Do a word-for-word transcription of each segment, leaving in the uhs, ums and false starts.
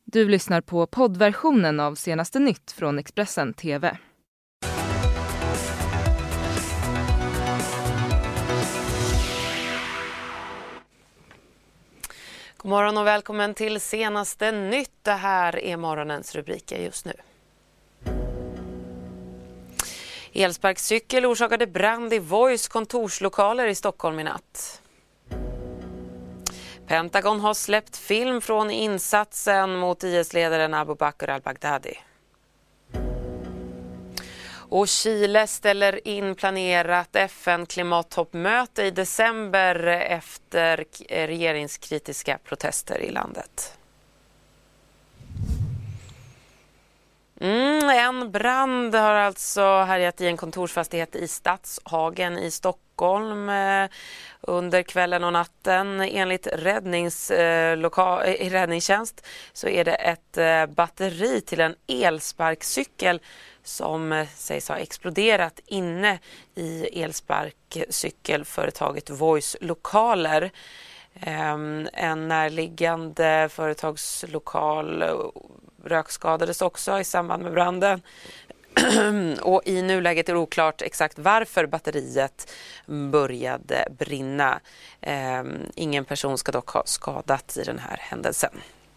Du lyssnar på poddversionen av Senaste nytt från Expressen T V. God morgon och välkommen till Senaste nytt. Det här är morgonens rubriker just nu. Elsparkcykel orsakade brand i Voice kontorslokaler i Stockholm i natt. Pentagon har släppt film från insatsen mot I S-ledaren Abu Bakr al-Baghdadi. Och Chile ställer in planerat F N-klimattoppmöte i december efter regeringskritiska protester i landet. Mm, en brand har alltså härjat i en kontorsfastighet i Stadshagen i Stockholm eh, under kvällen och natten. Enligt räddnings, eh, loka, eh, räddningstjänst så är det ett eh, batteri till en elsparkcykel som eh, sägs ha exploderat inne i elsparkcykelföretaget Voice lokaler. Eh, en närliggande företagslokal rökskadades också i samband med branden. Och i nuläget är det oklart exakt varför batteriet började brinna. Eh, ingen person ska dock ha skadats i den här händelsen.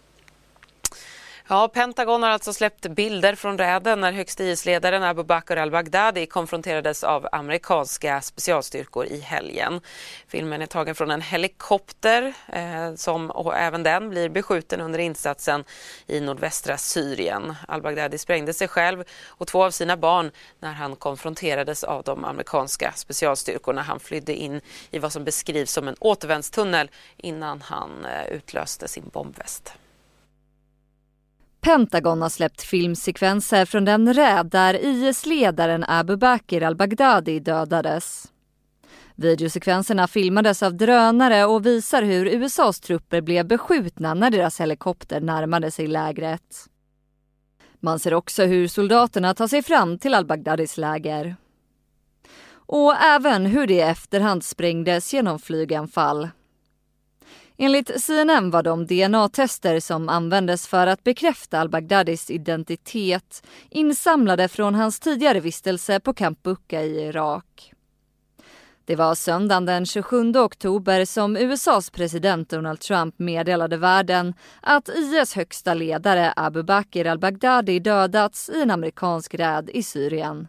Ja, Pentagon har alltså släppt bilder från räden när högste I S-ledaren Abu Bakr al-Baghdadi konfronterades av amerikanska specialstyrkor i helgen. Filmen är tagen från en helikopter eh, som och även den blir beskjuten under insatsen i nordvästra Syrien. Al-Baghdadi sprängde sig själv och två av sina barn när han konfronterades av de amerikanska specialstyrkorna. Han flydde in i vad som beskrivs som en återvändstunnel innan han eh, utlöste sin bombväst. Pentagon har släppt filmsekvenser från den räd där I S-ledaren Abu Bakr al-Baghdadi dödades. Videosekvenserna filmades av drönare och visar hur U S A:s trupper blev beskjutna när deras helikopter närmade sig lägret. Man ser också hur soldaterna tar sig fram till al-Baghdadis läger. Och även hur det i efterhand sprängdes genom flyganfall. Enligt C N N var de D N A-tester som användes för att bekräfta al-Baghdadis identitet insamlade från hans tidigare vistelse på Camp Bucca i Irak. Det var söndagen den tjugosjunde oktober som U S A:s president Donald Trump meddelade världen att I S högsta ledare Abu Bakr al-Baghdadi dödats i en amerikansk räd i Syrien.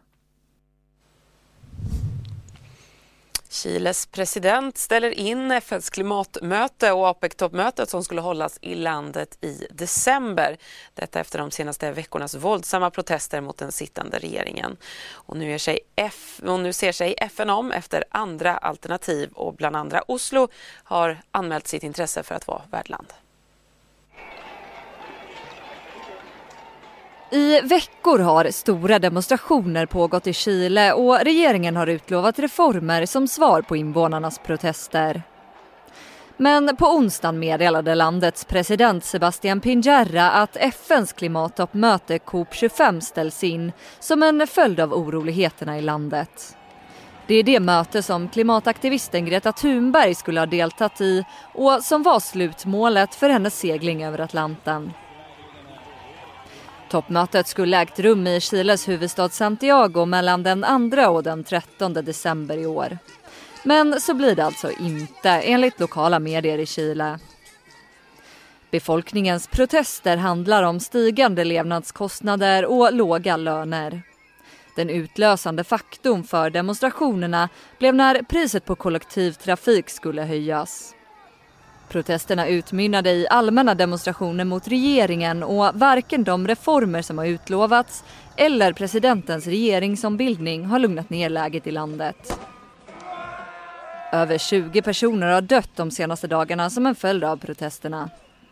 Chiles president ställer in F N:s klimatmöte och OPEC-toppmötet som skulle hållas i landet i december. Detta efter de senaste veckornas våldsamma protester mot den sittande regeringen. Och nu, är sig F- och nu ser sig F N om efter andra alternativ och bland andra Oslo har anmält sitt intresse för att vara värdland. I veckor har stora demonstrationer pågått i Chile och regeringen har utlovat reformer som svar på invånarnas protester. Men på onsdagen meddelade landets president Sebastián Piñera att F N:s klimattoppmöte C O P tjugofem ställs in som en följd av oroligheterna i landet. Det är det möte som klimataktivisten Greta Thunberg skulle ha deltagit i och som var slutmålet för hennes segling över Atlanten. Toppmötet skulle ägt rum i Chiles huvudstad Santiago mellan den andra och den trettonde december i år. Men så blir det alltså inte, enligt lokala medier i Chile. Befolkningens protester handlar om stigande levnadskostnader och låga löner. Den utlösande faktorn för demonstrationerna blev när priset på kollektivtrafik skulle höjas. Protesterna utmynnade i allmänna demonstrationer mot regeringen och varken de reformer som har utlovats eller presidentens regeringsombildning har lugnat ner läget i landet. Över tjugo personer har dött de senaste dagarna som en följd av protesterna.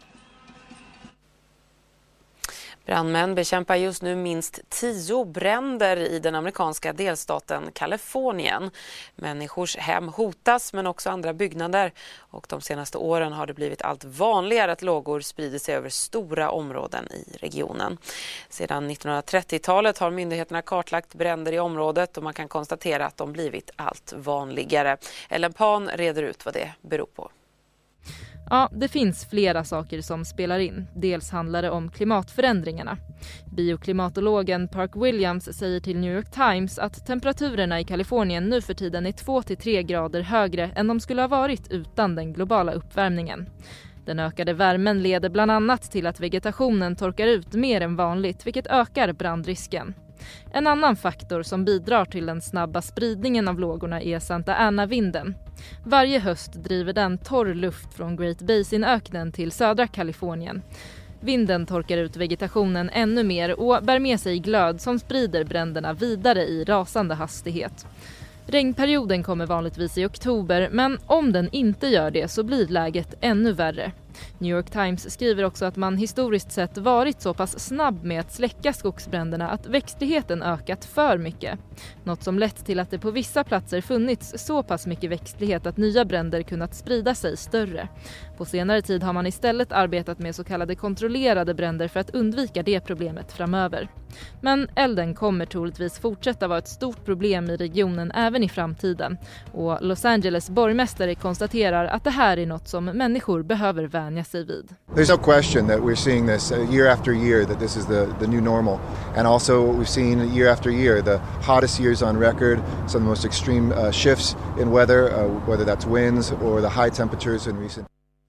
Brandmän bekämpar just nu minst tio bränder i den amerikanska delstaten Kalifornien. Människors hem hotas men också andra byggnader och de senaste åren har det blivit allt vanligare att lågor sprider sig över stora områden i regionen. Sedan nittonhundratrettiotalet har myndigheterna kartlagt bränder i området och man kan konstatera att de blivit allt vanligare. Ellen Pan reder ut vad det beror på. Ja, det finns flera saker som spelar in. Dels handlar det om klimatförändringarna. Bioklimatologen Park Williams säger till New York Times att temperaturerna i Kalifornien nu för tiden är två till tre grader högre än de skulle ha varit utan den globala uppvärmningen. Den ökade värmen leder bland annat till att vegetationen torkar ut mer än vanligt, vilket ökar brandrisken. En annan faktor som bidrar till den snabba spridningen av lågorna är Santa Ana-vinden. Varje höst driver den torr luft från Great Basin-öknen till södra Kalifornien. Vinden torkar ut vegetationen ännu mer och bär med sig glöd som sprider bränderna vidare i rasande hastighet. Regnperioden kommer vanligtvis i oktober, men om den inte gör det så blir läget ännu värre. New York Times skriver också att man historiskt sett varit så pass snabb med att släcka skogsbränderna att växtligheten ökat för mycket. Något som lett till att det på vissa platser funnits så pass mycket växtlighet att nya bränder kunnat sprida sig större. På senare tid har man istället arbetat med så kallade kontrollerade bränder för att undvika det problemet framöver. Men elden kommer troligtvis fortsätta vara ett stort problem i regionen även i framtiden. Och Los Angeles borgmästare konstaterar att det här är något som människor behöver vänja sig vid. There's no question that we're seeing this uh, year after year, that this is the, the new normal. And also we've seen year after year the hottest years on record, some of the most extreme uh, shifts in weather, uh, whether that's winds or the high temperatures in recent.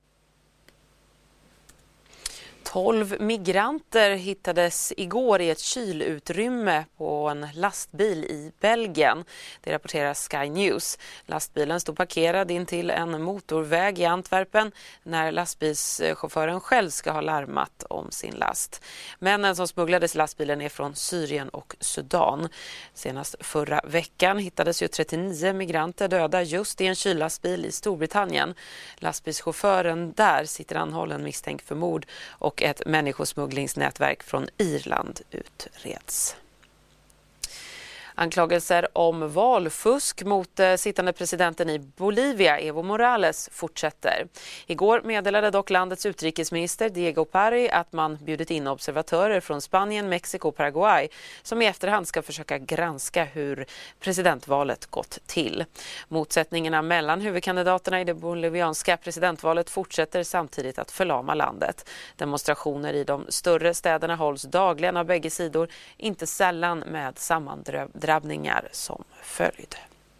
tolv migranter hittades igår i ett kylutrymme på en lastbil i Belgien. Det rapporterar Sky News. Lastbilen stod parkerad in till en motorväg i Antwerpen när lastbilschauffören själv ska ha larmat om sin last. Männen som smugglades i lastbilen är från Syrien och Sudan. Senast förra veckan hittades ju trettionio migranter döda just i en kyllastbil i Storbritannien. Lastbilschauffören där sitter anhållen misstänkt för mord och ett människosmugglingsnätverk från Irland utreds. Anklagelser om valfusk mot sittande presidenten i Bolivia, Evo Morales, fortsätter. Igår meddelade dock landets utrikesminister Diego Pari att man bjudit in observatörer från Spanien, Mexiko och Paraguay som i efterhand ska försöka granska hur presidentvalet gått till. Motsättningarna mellan huvudkandidaterna i det bolivianska presidentvalet fortsätter samtidigt att förlama landet. Demonstrationer i de större städerna hålls dagligen av bägge sidor, inte sällan med sammandröv drabbningar som följd.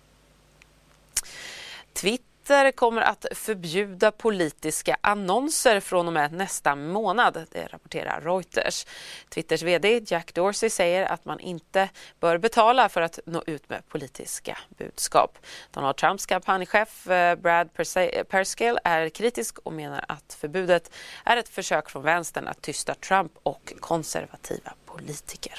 Twitter kommer att förbjuda politiska annonser från och med nästa månad, det rapporterar Reuters. Twitters vd Jack Dorsey säger att man inte bör betala för att nå ut med politiska budskap. Donald Trumps kampanjchef Brad Parscale är kritisk och menar att förbudet är ett försök från vänstern att tysta Trump och konservativa politiker.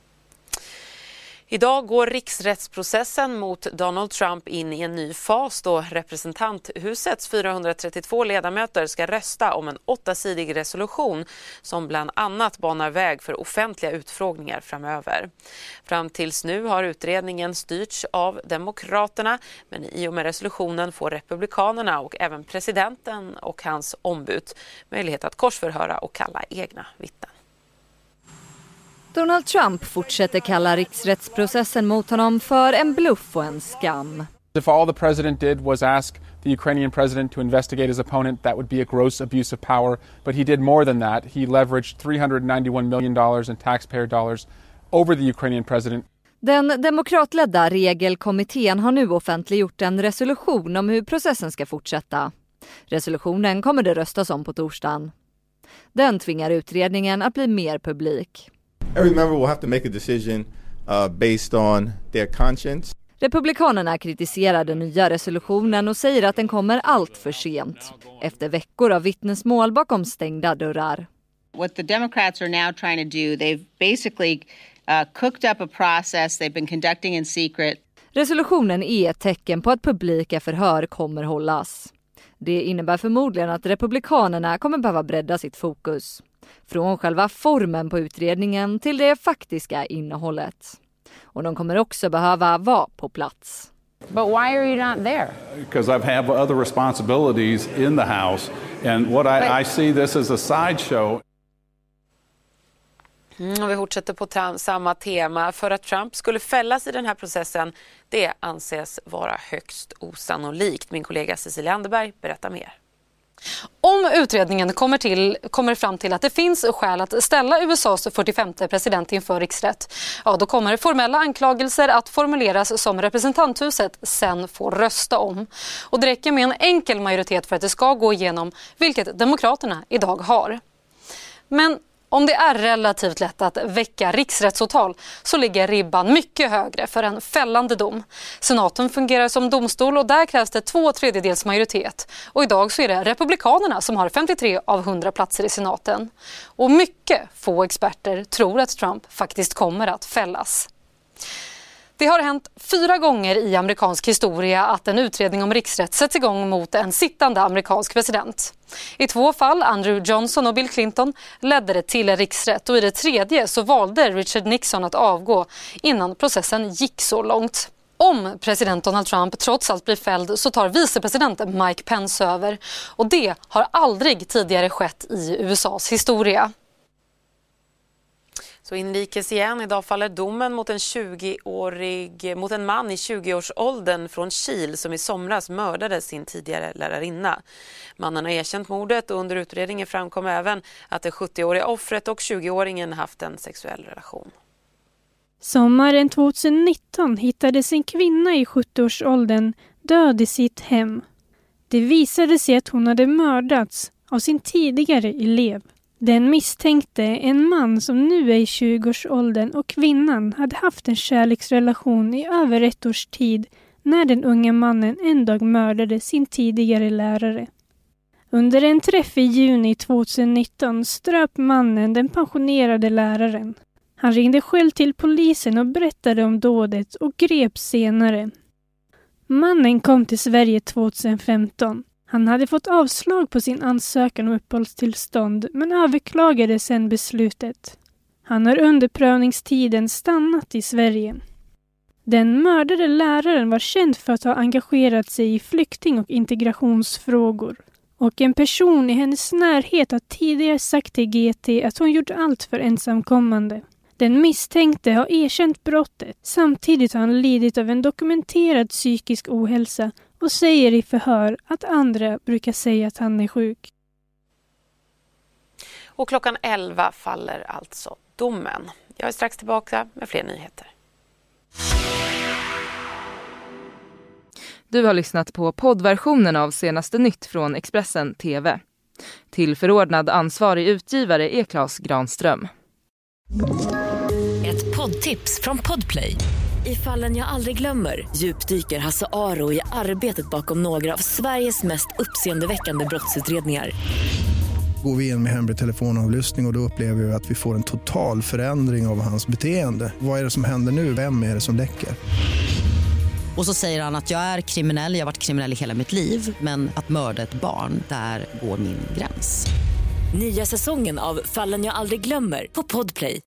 Idag går riksrättsprocessen mot Donald Trump in i en ny fas då representanthusets fyrahundratrettiotvå ledamöter ska rösta om en åttasidig resolution som bland annat banar väg för offentliga utfrågningar framöver. Fram tills nu har utredningen styrts av Demokraterna, men i och med resolutionen får Republikanerna och även presidenten och hans ombud möjlighet att korsförhöra och kalla egna vittnen. Donald Trump fortsätter kalla riksrättsprocessen mot honom för en bluff och en skam. If all the president did was ask the Ukrainian president to investigate his opponent, that would be a gross abuse of power. But he did more than that. He leveraged three hundred ninety-one million dollars in taxpayer dollars over the Ukrainian president. Den demokratledda regelkommittén har nu offentliggjort en resolution om hur processen ska fortsätta. Resolutionen kommer det röstas om på torsdagen. Den tvingar utredningen att bli mer publik. Every member will have to make a decision uh, based on their conscience. Republikanerna kritiserar den nya resolutionen och säger att den kommer allt för sent, efter veckor av vittnesmål bakom stängda dörrar. What the Democrats are now trying to do, they've basically uh, cooked up a process they've been conducting in secret. Resolutionen är ett tecken på att publika förhör kommer hållas. Det innebär förmodligen att republikanerna kommer behöva bredda sitt fokus. Från själva formen på utredningen till det faktiska innehållet. Och de kommer också behöva vara på plats. But why are you not there? Because I have other responsibilities in the House, and what I, I see this as a sideshow. Mm, och vi fortsätter på t- samma tema. För att Trump skulle fällas i den här processen, det anses vara högst osannolikt. Min kollega Cecilia Anderberg berättar mer. Om utredningen kommer, till, kommer fram till att det finns skäl att ställa U S A:s fyrtiofemte president inför riksrätt, ja, då kommer formella anklagelser att formuleras som representanthuset sen får rösta om. Och det räcker med en enkel majoritet för att det ska gå igenom, vilket demokraterna idag har. Men om det är relativt lätt att väcka riksrättsåtal så ligger ribban mycket högre för en fällande dom. Senaten fungerar som domstol och där krävs det två tredjedels majoritet. Och idag så är det republikanerna som har femtiotre av hundra platser i senaten. Och mycket få experter tror att Trump faktiskt kommer att fällas. Det har hänt fyra gånger i amerikansk historia att en utredning om riksrätt sätts igång mot en sittande amerikansk president. I två fall, Andrew Johnson och Bill Clinton, ledde det till riksrätt och i det tredje så valde Richard Nixon att avgå innan processen gick så långt. Om president Donald Trump trots allt blir fälld så tar vicepresident Mike Pence över och det har aldrig tidigare skett i U S A:s historia. Så inrikes igen, idag faller domen mot en tjugoårig, mot en man i tjugoårsåldern från Kiel som i somras mördade sin tidigare lärarinna. Mannen har erkänt mordet och under utredningen framkom även att det sjuttioåriga offret och tjugoåringen haft en sexuell relation. Sommaren tjugonitton hittades en kvinna i sjuttioårsåldern död i sitt hem. Det visade sig att hon hade mördats av sin tidigare elev. Den misstänkte en man som nu är i tjugoårsåldern och kvinnan hade haft en kärleksrelation i över ett års tid när den unga mannen en dag mördade sin tidigare lärare. Under en träff i juni tjugonitton ströp mannen den pensionerade läraren. Han ringde själv till polisen och berättade om dådet och greps senare. Mannen kom till Sverige tjugohundrafemton. Han hade fått avslag på sin ansökan om uppehållstillstånd men överklagade sedan beslutet. Han har under prövningstiden stannat i Sverige. Den mördade läraren var känd för att ha engagerat sig i flykting- och integrationsfrågor. Och en person i hennes närhet har tidigare sagt till G T att hon gjort allt för ensamkommande. Den misstänkte har erkänt brottet. Samtidigt har han lidit av en dokumenterad psykisk ohälsa och säger i förhör att andra brukar säga att han är sjuk. Och klockan elva faller alltså domen. Jag är strax tillbaka med fler nyheter. Du har lyssnat på poddversionen av Senaste nytt från Expressen T V. Tillförordnad ansvarig utgivare är Claes Granström. Ett poddtips från Podplay. I Fallen jag aldrig glömmer djupdyker Hasse Aro i arbetet bakom några av Sveriges mest uppseendeväckande brottsutredningar. Går vi in med hemlig telefonavlyssning och, och då upplever vi att vi får en total förändring av hans beteende. Vad är det som händer nu? Vem är det som läcker? Och så säger han att jag är kriminell, jag har varit kriminell i hela mitt liv. Men att mörda ett barn, där går min gräns. Nya säsongen av Fallen jag aldrig glömmer på Podplay.